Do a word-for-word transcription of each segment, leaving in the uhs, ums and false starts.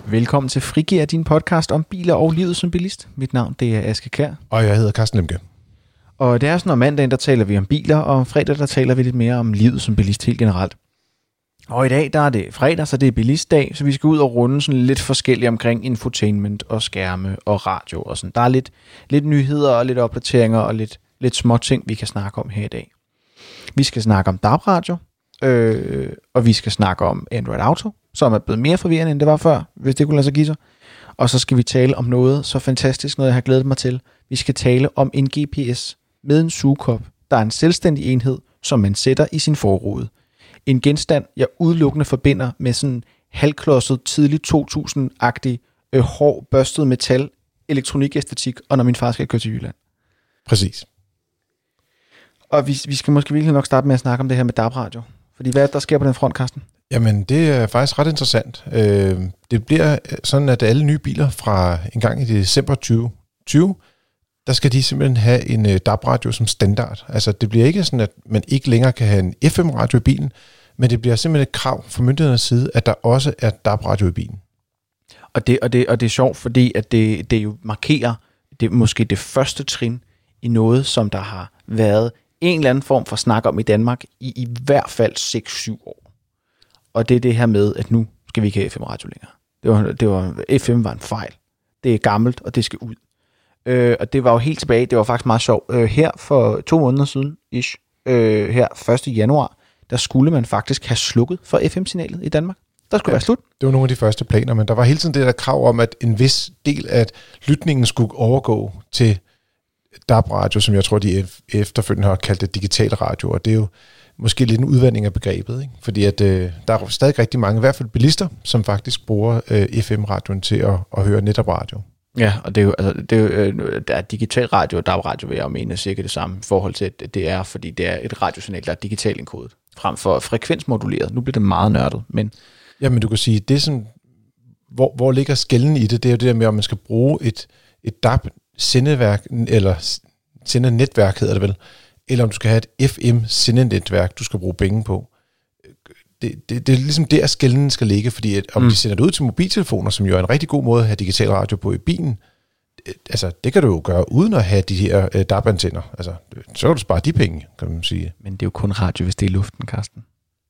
Velkommen til Frigir, din podcast om biler og livet som bilist. Mit navn det er Aske Kjær. Og jeg hedder Carsten Lemke. Og det er sådan, om mandagen der taler vi om biler, og om fredag der taler vi lidt mere om livet som bilist helt generelt. Og i dag der er det fredag, så det er bilistdag, så vi skal ud og runde sådan lidt forskelligt omkring infotainment og skærme og radio og sådan. Der er lidt, lidt nyheder og lidt opdateringer og lidt, lidt små ting, vi kan snakke om her i dag. Vi skal snakke om D A B-radio, øh, og vi skal snakke om Android Auto, som er blevet mere forvirrende, end det var før, hvis det kunne lade sig give sig. Og så skal vi tale om noget så fantastisk, noget jeg har glædet mig til. Vi skal tale om en G P S med en sugekop, der er en selvstændig enhed, som man sætter i sin forrude. En genstand, jeg udelukkende forbinder med sådan halvklodset, tidlig to tusind-agtig, øh, hård, børstet metal, elektronikæstetik, og når min far skal køre til Jylland. Præcis. Og vi, vi skal måske virkelig nok starte med at snakke om det her med D A B-radio. Fordi hvad der sker på den front, Carsten? Jamen, det er faktisk ret interessant. Øh, det bliver sådan, at alle nye biler fra en gang i december tyve tyve, der skal de simpelthen have en D A B-radio som standard. Altså, det bliver ikke sådan, at man ikke længere kan have en F M-radio i bilen, men det bliver simpelthen et krav fra myndighedernes side, at der også er D A B-radio i bilen. Og det, og det, og det er sjovt, fordi at det, det jo markerer det, måske det første trin i noget, som der har været en eller anden form for snak om i Danmark i i hvert fald seks syv år. Og det er det her med, at nu skal vi ikke have F M-radio længere. Det var, det var, F M var en fejl. Det er gammelt, og det skal ud. Øh, og det var jo helt tilbage, det var faktisk meget sjovt. Øh, her for to måneder siden, ish, øh, her første januar, der skulle man faktisk have slukket for F M-signalet i Danmark. Der skulle ja, være slut. Det var nogle af de første planer, men der var hele tiden det der krav om, at en vis del af lytningen skulle overgå til D A B-radio, som jeg tror, de efterfølgende har kaldt det digital radio, og det er jo måske lidt en udvandring af begrebet, ikke? Fordi at, øh, der er stadig rigtig mange, i hvert fald bilister, som faktisk bruger øh, F M-radioen til at, at høre netop radio. Ja, og det er jo, altså, det er jo, øh, der er digital radio og D A B-radio, vil jeg jo mene cirka det samme i forhold til, at det er, fordi det er et radiosignal, der er digitalt indkodet, frem for frekvensmoduleret. Nu bliver det meget nørdet, men... Ja, men du kan sige, det som, hvor, hvor ligger skelnen i det, det er jo det der med, om man skal bruge et, et D A B-sendeværk, eller sendenetværk hedder det vel, eller om du skal have et F M-sendenetværk, du skal bruge penge på. Det, det, det er ligesom der, skelnen skal ligge, fordi at, om mm. de sender det ud til mobiltelefoner, som jo er en rigtig god måde at have digital radio på i bilen, altså det kan du jo gøre uden at have de her uh, D A B-antenner. Altså, så kan du spare de penge, kan man sige. Men det er jo kun radio, hvis det er i luften, Carsten.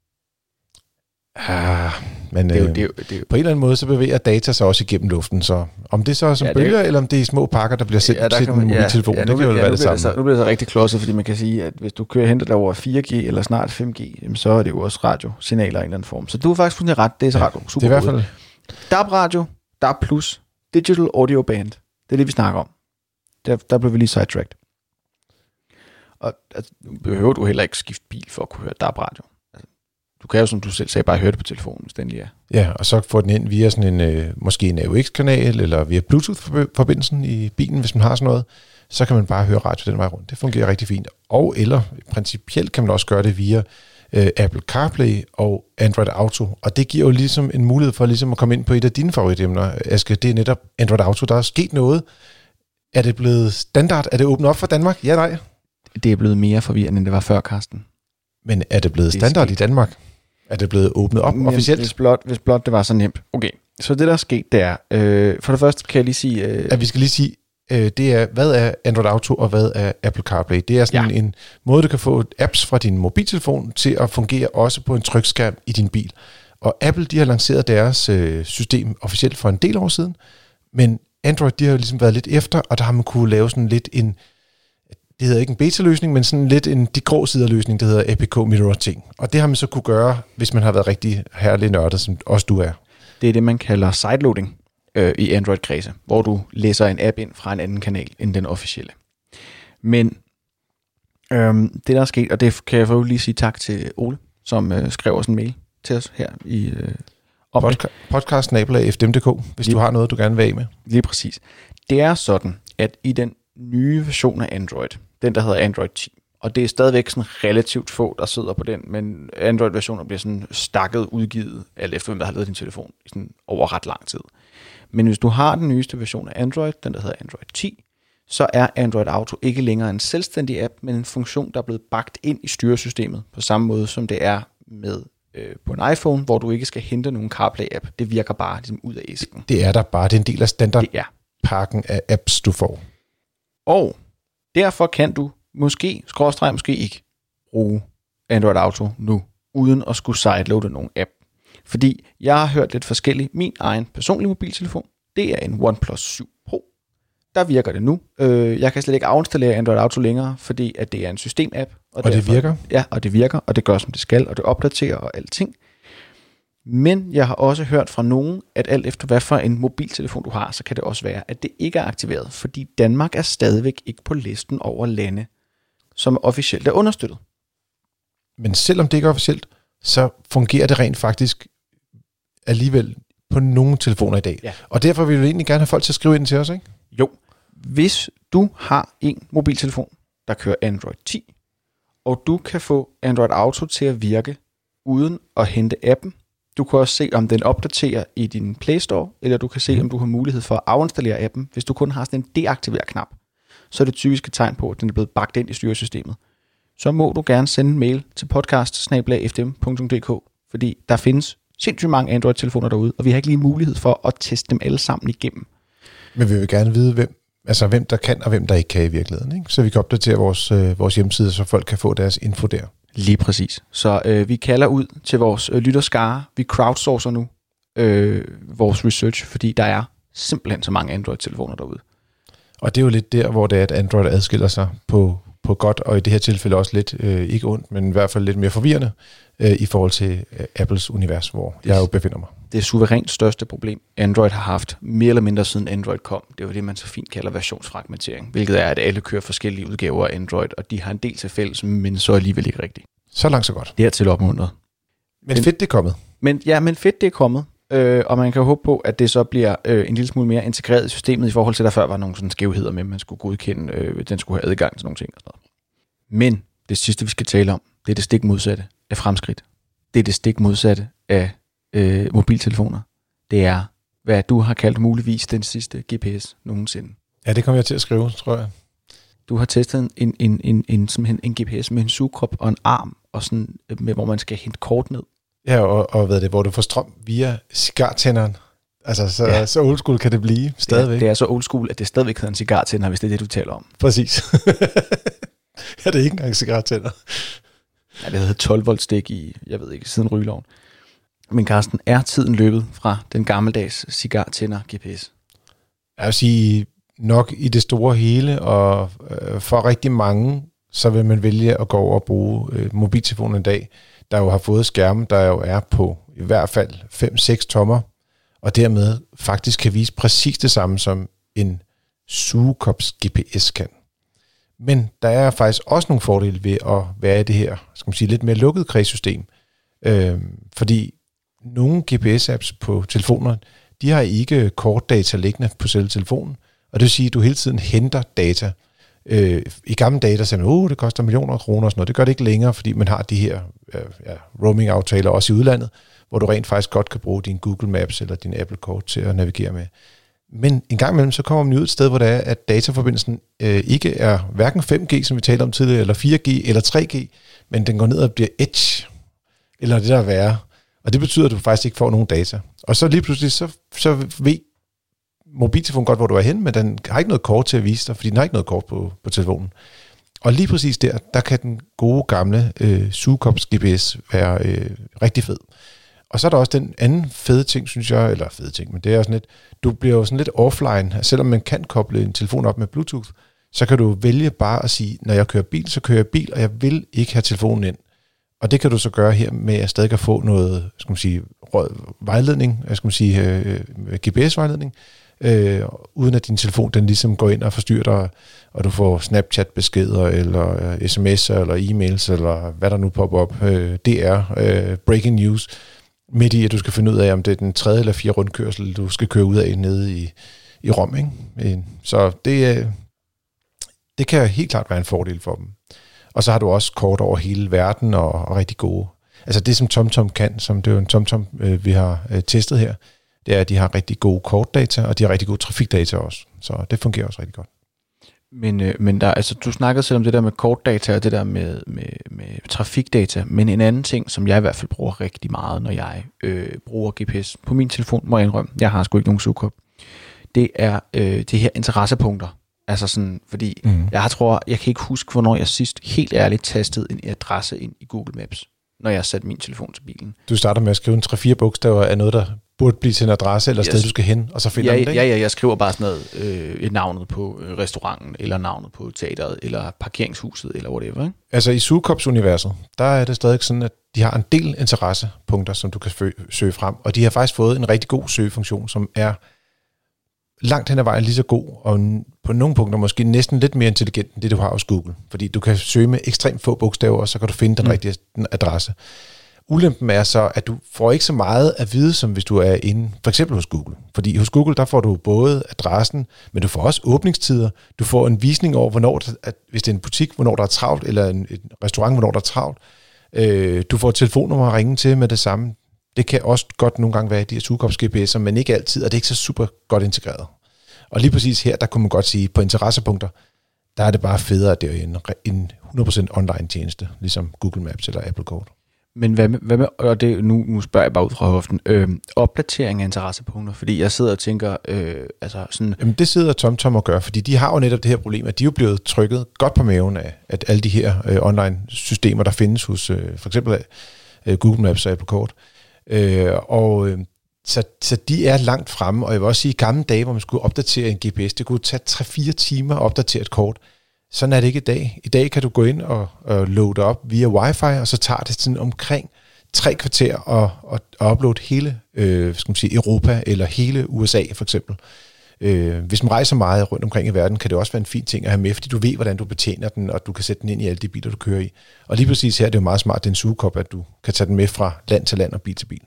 Ah, men det er jo, øh, det er jo, det er jo. På en eller anden måde, så bevæger data sig også igennem luften, så om det så er som ja, bølger, eller om det er små pakker, der bliver sendt ja, til den mobiltelefon, ja, ja, det kan jo ja, være det samme. Så, nu bliver det så rigtig klodset, fordi man kan sige, at hvis du kører henter dig over fire G eller snart fem G, så er det jo også radiosignaler i en eller anden form. Så du er faktisk fuldstændig ret, det er så ja, radio. Super det er i hvert fald. D A B-radio, D A B plus, Digital Audio Band, det er det, vi snakker om. Der, der blev vi lige sidetracked. Og altså, nu behøver du heller ikke skifte bil for at kunne høre D A B-radio. Du kan jo, som du selv sagde, bare høre det på telefonen, hvis den lige er. Ja, og så få den ind via sådan en, øh, måske en A U X-kanal, eller via Bluetooth-forbindelsen i bilen, hvis man har sådan noget. Så kan man bare høre radio den vej rundt. Det fungerer rigtig fint. Og eller principielt kan man også gøre det via øh, Apple CarPlay og Android Auto. Og det giver jo ligesom en mulighed for ligesom at komme ind på et af dine favoritemner, Aske. Det er netop Android Auto. Der er sket noget. Er det blevet standard? Er det åbnet op for Danmark? Ja, nej. Det er blevet mere forvirrende, end det var før, Carsten. Men er det blevet standard i Danmark? Er det blevet åbnet op officielt? Hvis blot, hvis blot det var så nemt. Okay, så det der er sket, det er... Øh, for det første kan jeg lige sige... Øh, at vi skal lige sige, øh, det er, hvad er Android Auto, og hvad er Apple CarPlay? Det er sådan ja. en, en måde, du kan få apps fra din mobiltelefon til at fungere også på en trykskærm i din bil. Og Apple, de har lanceret deres øh, system officielt for en del år siden, men Android, de har jo ligesom været lidt efter, og der har man kunne lave sådan lidt en... Det hedder ikke en beta-løsning, men sådan lidt en de grå sider løsning, der hedder A P K Mirror-ting. Og det har man så kunne gøre, hvis man har været rigtig herlig nørdet, som også du er. Det er det, man kalder sideloading øh, i Android-kredse, hvor du læser en app ind fra en anden kanal end den officielle. Men øhm, det, der er sket, og det kan jeg for lige sige tak til Ole, som øh, skrev os en mail til os her i øh, Podca- podcast snabel-a f d m punktum d k, hvis lige, du har noget, du gerne vil af med. Lige præcis. Det er sådan, at i den nye version af Android, den der hedder Android ti, og det er stadigvæk sådan relativt få, der sidder på den, men Android-versioner bliver sådan stakket udgivet, alt efter hvem der har lavet din telefon, sådan over ret lang tid. Men hvis du har den nyeste version af Android, den der hedder Android ti, så er Android Auto ikke længere en selvstændig app, men en funktion, der er blevet bagt ind i styresystemet, på samme måde som det er med øh, på en iPhone, hvor du ikke skal hente nogen CarPlay-app. Det virker bare ligesom ud af æsken. Det er der bare. Det er en del af standardpakken af apps, du får. Og derfor kan du måske, skråstreg måske ikke, bruge Android Auto nu, uden at skulle sideloade nogen app. Fordi jeg har hørt lidt forskelligt. Min egen personlige mobiltelefon, det er en OnePlus syv Pro. Der virker det nu. Jeg kan slet ikke afinstallere Android Auto længere, fordi at det er en systemapp. Og, og derfor, det virker? Ja, og det virker, og det gør, som det skal, og det opdaterer og alting. Men jeg har også hørt fra nogen, at alt efter hvad for en mobiltelefon du har, så kan det også være, at det ikke er aktiveret, fordi Danmark er stadigvæk ikke på listen over lande, som officielt er understøttet. Men selvom det ikke er officielt, så fungerer det rent faktisk alligevel på nogle telefoner i dag. Ja. Og derfor vil vi egentlig gerne have folk til at skrive ind til os, ikke? Jo. Hvis du har en mobiltelefon, der kører Android ti, og du kan få Android Auto til at virke uden at hente appen, du kan også se, om den opdaterer i din Play Store, eller du kan se, mm. om du har mulighed for at afinstallere appen. Hvis du kun har sådan en deaktiver-knap, så er det typiske tegn på, at den er blevet bagt ind i styresystemet. Så må du gerne sende en mail til podcast snabel-a f d m punktum d k, fordi der findes sindssygt mange Android-telefoner derude, og vi har ikke lige mulighed for at teste dem alle sammen igennem. Men vi vil gerne vide, hvem, altså hvem der kan, og hvem der ikke kan i virkeligheden, ikke? Så vi kan opdatere vores, øh, vores hjemmeside, så folk kan få deres info der. Lige præcis. Så øh, vi kalder ud til vores øh, lytterskare. Vi crowdsourcer nu øh, vores research, fordi der er simpelthen så mange Android-telefoner derude. Og det er jo lidt der, hvor det er, at Android adskiller sig på, på godt, og i det her tilfælde også lidt, øh, ikke ondt, men i hvert fald lidt mere forvirrende øh, i forhold til øh, Apples univers, hvor det, jeg jo befinder mig. Det er suverænt største problem, Android har haft mere eller mindre siden Android kom. Det er jo det, man så fint kalder versionsfragmentering, hvilket er, at alle kører forskellige udgaver af Android, og de har en del til fælles, men så alligevel ikke rigtigt. Så langt så godt. Det er til opmuntret. Men, men fedt det er kommet. Men, ja, men fedt det er kommet. Øh, og man kan håbe på, at det så bliver øh, en lille smule mere integreret i systemet, i forhold til, at der før var nogle sådan skævheder med, at man skulle godkende, øh, den skulle have adgang til nogle ting og sådan noget. Men det sidste, vi skal tale om, det er det stik modsatte af fremskridt. Det er det stik modsatte af øh, mobiltelefoner. Det er, hvad du har kaldt muligvis den sidste G P S nogensinde. Ja, det kommer jeg til at skrive, tror jeg. Du har testet en, en, en, en, simpelthen en G P S med en sugekrop og en arm, og sådan, med, hvor man skal hente kort ned. Ja, og, og hvad det, hvor du får strøm via cigartænderen. Altså, så, ja. så old school kan det blive stadigvæk. Ja, det er så old school, at det stadigvæk hedder en cigartænder, hvis det er det, du taler om. Præcis. Ja, det er ikke engang cigartænder. Ja, det hedder tolv volt stik i, jeg ved ikke, siden rygeloven. Men Carsten, er tiden løbet fra den gammeldags cigartænder G P S? Jeg vil sige, nok i det store hele, og øh, for rigtig mange, så vil man vælge at gå over og bruge øh, mobiltelefonen i dag, der jo har fået skærme, der jo er på i hvert fald fem seks tommer, og dermed faktisk kan vise præcis det samme, som en sugekops G P S kan. Men der er faktisk også nogle fordele ved at være i det her, skal man sige, lidt mere lukket kredssystem, øh, fordi nogle G P S-apps på telefoner, de har ikke kortdata liggende på selve telefonen, og det vil sige, at du hele tiden henter data. Øh, I gamle dage, der sagde man, oh, det koster millioner af kroner og sådan noget. Det gør det ikke længere, fordi man har de her øh, ja, roaming-aftaler også i udlandet, hvor du rent faktisk godt kan bruge din Google Maps eller din Apple Kort til at navigere med. Men en gang imellem, så kommer man ud et sted, hvor det er, at dataforbindelsen øh, ikke er hverken fem G, som vi talte om tidligere, eller fire G, eller tre G, men den går ned og bliver edge, eller det der er værre. Og det betyder, at du faktisk ikke får nogen data. Og så lige pludselig, så, så ved mobiltelefonen godt, hvor du er henne, men den har ikke noget kort til at vise dig, fordi den har ikke noget kort på, på telefonen. Og lige præcis der, der kan den gode gamle øh, sugekops G P S være øh, rigtig fed. Og så er der også den anden fede ting, synes jeg, eller fede ting, men det er sådan lidt, du bliver jo sådan lidt offline, selvom man kan koble en telefon op med Bluetooth, så kan du vælge bare at sige, når jeg kører bil, så kører jeg bil, og jeg vil ikke have telefonen ind. Og det kan du så gøre her med at stadig kan få noget, skal man sige, vejledning, skal man sige, øh, G P S-vejledning, øh, uden at din telefon den ligesom går ind og forstyrrer dig, og du får Snapchat-beskeder, eller øh, sms'er, eller e-mails, eller hvad der nu popper op. Øh, det er øh, breaking news, midt i, at du skal finde ud af, om det er den tredje eller fjerde rundkørsel, du skal køre ud af nede i, i Rom, ikke? Så det, det kan helt klart være en fordel for dem. Og så har du også kort over hele verden, og, og rigtig gode. Altså det, som TomTom kan, som det er jo en TomTom, øh, vi har øh, testet her, det er, at de har rigtig gode kortdata, og de har rigtig gode trafikdata også. Så det fungerer også rigtig godt. Men, øh, men der, altså, du snakkede selv om det der med kortdata og det der med, med, med trafikdata, men en anden ting, som jeg i hvert fald bruger rigtig meget, når jeg øh, bruger G P S på min telefon, må jeg indrømme, jeg har sgu ikke nogen Zoom, det er øh, det her interessepunkter. Altså sådan, fordi mm. jeg tror, jeg kan ikke huske, hvornår jeg sidst helt ærligt tastede en adresse ind i Google Maps, når jeg satte min telefon til bilen. Du starter med at skrive en tre fire bogstaver af noget, der burde blive til en adresse eller et sted, du skal hen, og så finder ja, den det, ja, ja, jeg skriver bare sådan noget, øh, navnet på restauranten, eller navnet på teateret, eller parkeringshuset, eller whatever. Ikke? Altså i Zoom-universet, der er det stadig sådan, at de har en del interessepunkter, som du kan søge frem, og de har faktisk fået en rigtig god søgefunktion, som er langt hen ad vejen lige så god, og på nogle punkter måske næsten lidt mere intelligent end det, du har hos Google. Fordi du kan søge med ekstremt få bogstaver, og så kan du finde den mm. rigtige adresse. Ulempen er så, at du får ikke så meget at vide, som hvis du er inde, for eksempel hos Google. Fordi hos Google, der får du både adressen, men du får også åbningstider. Du får en visning over, hvornår, at, hvis det er en butik, hvornår der er travlt, eller en, en restaurant, hvornår der er travlt. Øh, du får et telefonnummer at ringe til med det samme. Det kan også godt nogle gange være de her Sukops G P S'er, men ikke altid, og det er ikke så super godt integreret. Og lige præcis her, der kunne man godt sige, på interessepunkter, der er det bare federe, at det er en, en hundrede procent online tjeneste, ligesom Google Maps eller Apple Kort. Men hvad med, hvad med og det, nu, nu spørger jeg bare ud fra hoften, øh, opdatering af interessepunkter, fordi jeg sidder og tænker, øh, altså sådan... Jamen det sidder TomTom og gør, fordi de har jo netop det her problem, at de er jo blevet trykket godt på maven af, at alle de her øh, online systemer, der findes hos øh, for eksempel øh, Google Maps og Apple Kort, øh, og øh, så, så de er langt fremme, og jeg vil også sige, i gamle dage, hvor man skulle opdatere en G P S, det kunne tage tre fire timer at opdatere et kort. Sådan er det ikke i dag. I dag kan du gå ind og, og loade op via wifi, og så tager det sådan omkring tre kvarter og, og, og uploade hele øh, skal man sige, Europa eller hele U S A for eksempel. Øh, hvis man rejser meget rundt omkring i verden, kan det også være en fin ting at have med, fordi du ved, hvordan du betjener den, og du kan sætte den ind i alle de biler, du kører i. Og lige præcis her er det jo meget smart, den Zoom-kop, at du kan tage den med fra land til land og bil til bil.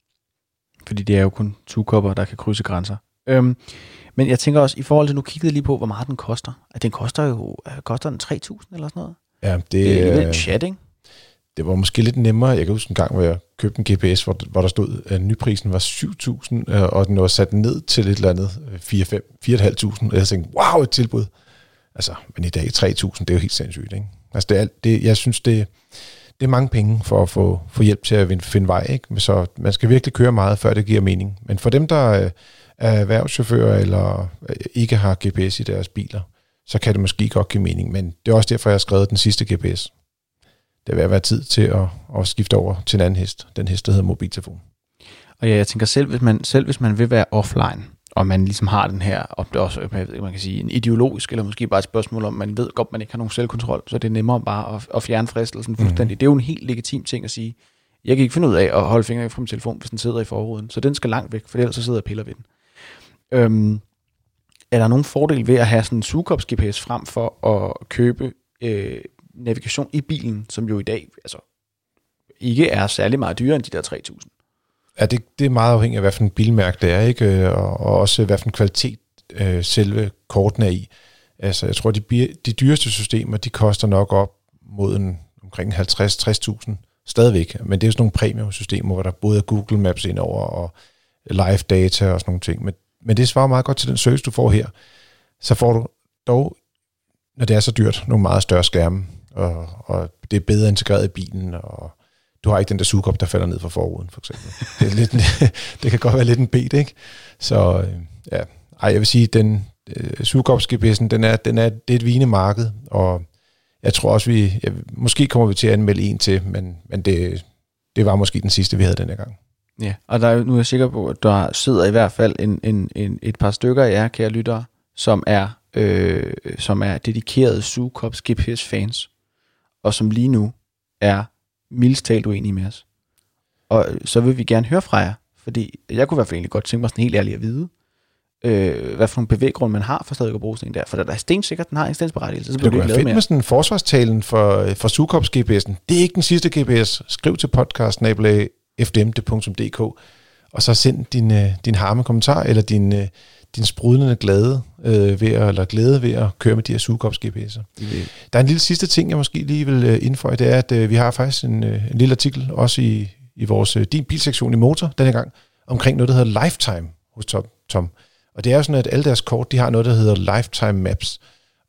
Fordi det er jo kun Zoom-kopper, der kan krydse grænser. Øhm, men jeg tænker også, i forhold til, nu kiggede lige på, hvor meget den koster. At den koster jo, koster den tre tusind eller sådan noget? Ja, det, det er jo en chat, ikke? Det var måske lidt nemmere. Jeg kan huske en gang, hvor jeg købte en G P S, hvor, hvor der stod, at nyprisen var syv tusind, og den var sat ned til et eller andet fire fire tusind fem hundrede, og jeg tænkte, wow, et tilbud. Altså, men i dag tre tusind, det er jo helt sindssygt, ikke? Altså, det er, det, jeg synes, det, det er mange penge for at få, få hjælp til at finde vej, ikke? Så man skal virkelig køre meget, før det giver mening. Men for dem, der er erhvervschauffører eller ikke har G P S i deres biler, så kan det måske godt give mening. Men det er også derfor, jeg har skrevet den sidste G P S. Det vil være tid til at, at skifte over til en anden hest. Den hest, der hedder mobiltelefon. Og ja, jeg tænker selv, hvis man, selv hvis man vil være offline, og man ligesom har den her, om det også, man kan sige, en ideologisk, eller måske bare et spørgsmål om, man ved godt, man ikke har nogen selvkontrol, så det er nemmere bare at, at fjerne fristelsen fuldstændig. Mm. Det er jo en helt legitim ting at sige. Jeg kan ikke finde ud af at holde fingre fra min telefon, hvis den sidder i forruden. Så den skal langt væk, for ellers så sidder jeg og piller ved den. Øhm, er der nogen fordel ved at have sådan en Sukops G P S frem for at købe øh, navigation i bilen, som jo i dag altså ikke er særlig meget dyrere end de der tre tusind? Ja, det, det er meget afhængigt af, hvad for en bilmærke det er, ikke? Og, og også hvad for en kvalitet øh, selve kortene er i. Altså, jeg tror, de, de dyreste systemer, de koster nok op mod en, omkring halvtreds til tres tusind stadigvæk. Men det er jo sådan nogle premium-systemer, hvor der både er Google Maps indover og live data og sådan nogle ting. Men, men det svarer meget godt til den service, du får her. Så får du dog, når det er så dyrt, nogle meget større skærme, og, og det er bedre integreret i bilen, og du har ikke den der sugekop, der falder ned fra forruden, for eksempel. Det, er lidt, det kan godt være lidt en bed, ikke? Så ja, ej, jeg vil sige, den øh, sugekops G P S'en, den er, den er, det er et vigende marked, og jeg tror også, vi, ja, måske kommer vi til at anmelde en til, men, men det, det var måske den sidste, vi havde denne gang. Ja, og der er, nu er jeg sikker på, at der sidder i hvert fald en, en, en, et par stykker af jer, kære lyttere, som er, øh, som er dedikerede Sugekops G P S-fans, og som lige nu er mildest talt uenige med os. Og så vil vi gerne høre fra jer, fordi jeg kunne i hvert fald egentlig godt tænke mig sådan helt ærligt at vide, øh, hvad for nogle bevæggrunde man har for stadig at bruge sådan en der. For der er stensikkert, den har eksistensberettigelse, så bliver det det ikke lavet mere. Med sådan en forsvarstalen for, for Sugekops G P S'en. Det er ikke den sidste G P S. Skriv til podcast snabel-a f d m punktum d k og så send din, øh, din harme kommentar, eller din, øh, din sprudlende glæde, øh, ved at, eller glæde ved at køre med de her Sugekops G P S'er. Mm. Der er en lille sidste ting, jeg måske lige vil øh, indføje, det er, at øh, vi har faktisk en, øh, en lille artikel, også i, i vores øh, din bilsektion i Motor denne gang, omkring noget, der hedder Lifetime hos Tom. Tom. Og det er jo sådan, at alle deres kort, de har noget, der hedder Lifetime Maps.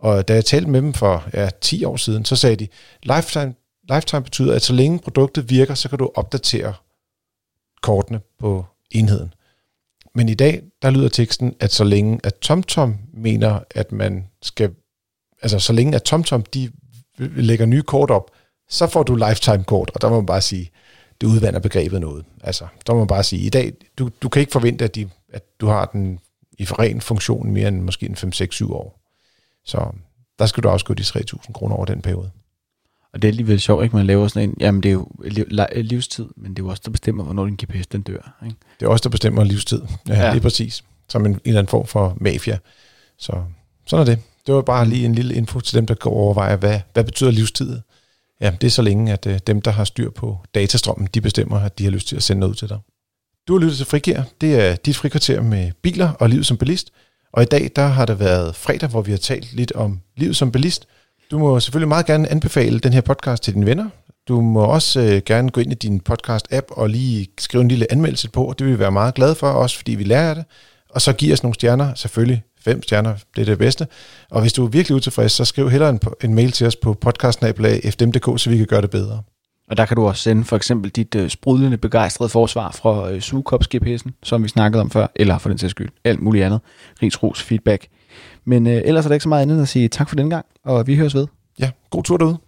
Og da jeg talte med dem for ja, ti år siden, så sagde de, lifetime, lifetime betyder, at så længe produktet virker, så kan du opdatere kortene på enheden. Men i dag, der lyder teksten, at så længe at TomTom mener, at man skal, altså så længe at TomTom, de lægger nye kort op, så får du lifetime-kort, og der må man bare sige, det udvander begrebet noget. Altså, der må man bare sige, i dag, du, du kan ikke forvente, at, de, at du har den i ren funktion mere end måske en fem, seks, syv år. Så der skal du afskrive de tre tusind kroner over den periode. Og det er alligevel sjovt, ikke? Man laver sådan en, jamen det er jo livstid, men det er jo også der bestemmer, hvornår din G P S den dør. Ikke? Det er også der bestemmer livstid. Ja, ja. Det er præcis. Som en, en eller anden form for mafia. Så sådan er det. Det var bare lige en lille info til dem, der går og overvejer, hvad, hvad betyder livstid? Ja, det er så længe, at øh, dem, der har styr på datastrømmen, de bestemmer, at de har lyst til at sende noget ud til dig. Du har lyttet til Frigir. Det er dit frikvarter med biler og livet som bilist. Og i dag, der har det været fredag, hvor vi har talt lidt om livet som bilist. Du må selvfølgelig meget gerne anbefale den her podcast til dine venner. Du må også øh, gerne gå ind i din podcast-app og lige skrive en lille anmeldelse på, og det vil vi være meget glade for, også fordi vi lærer af det. Og så giv os nogle stjerner, selvfølgelig fem stjerner, det er det bedste. Og hvis du er virkelig utilfreds, så skriv hellere en, en mail til os på podcast snabel-a f d m punktum d k, så vi kan gøre det bedre. Og der kan du også sende for eksempel dit øh, sprudlende begejstrede forsvar fra øh, Sugekops G P S'en, som vi snakkede om før, eller for den sags skyld, alt muligt andet. Ris, ros, feedback. Men øh, ellers er der ikke så meget andet end at sige tak for den gang, og vi høres ved. Ja, god tur derude.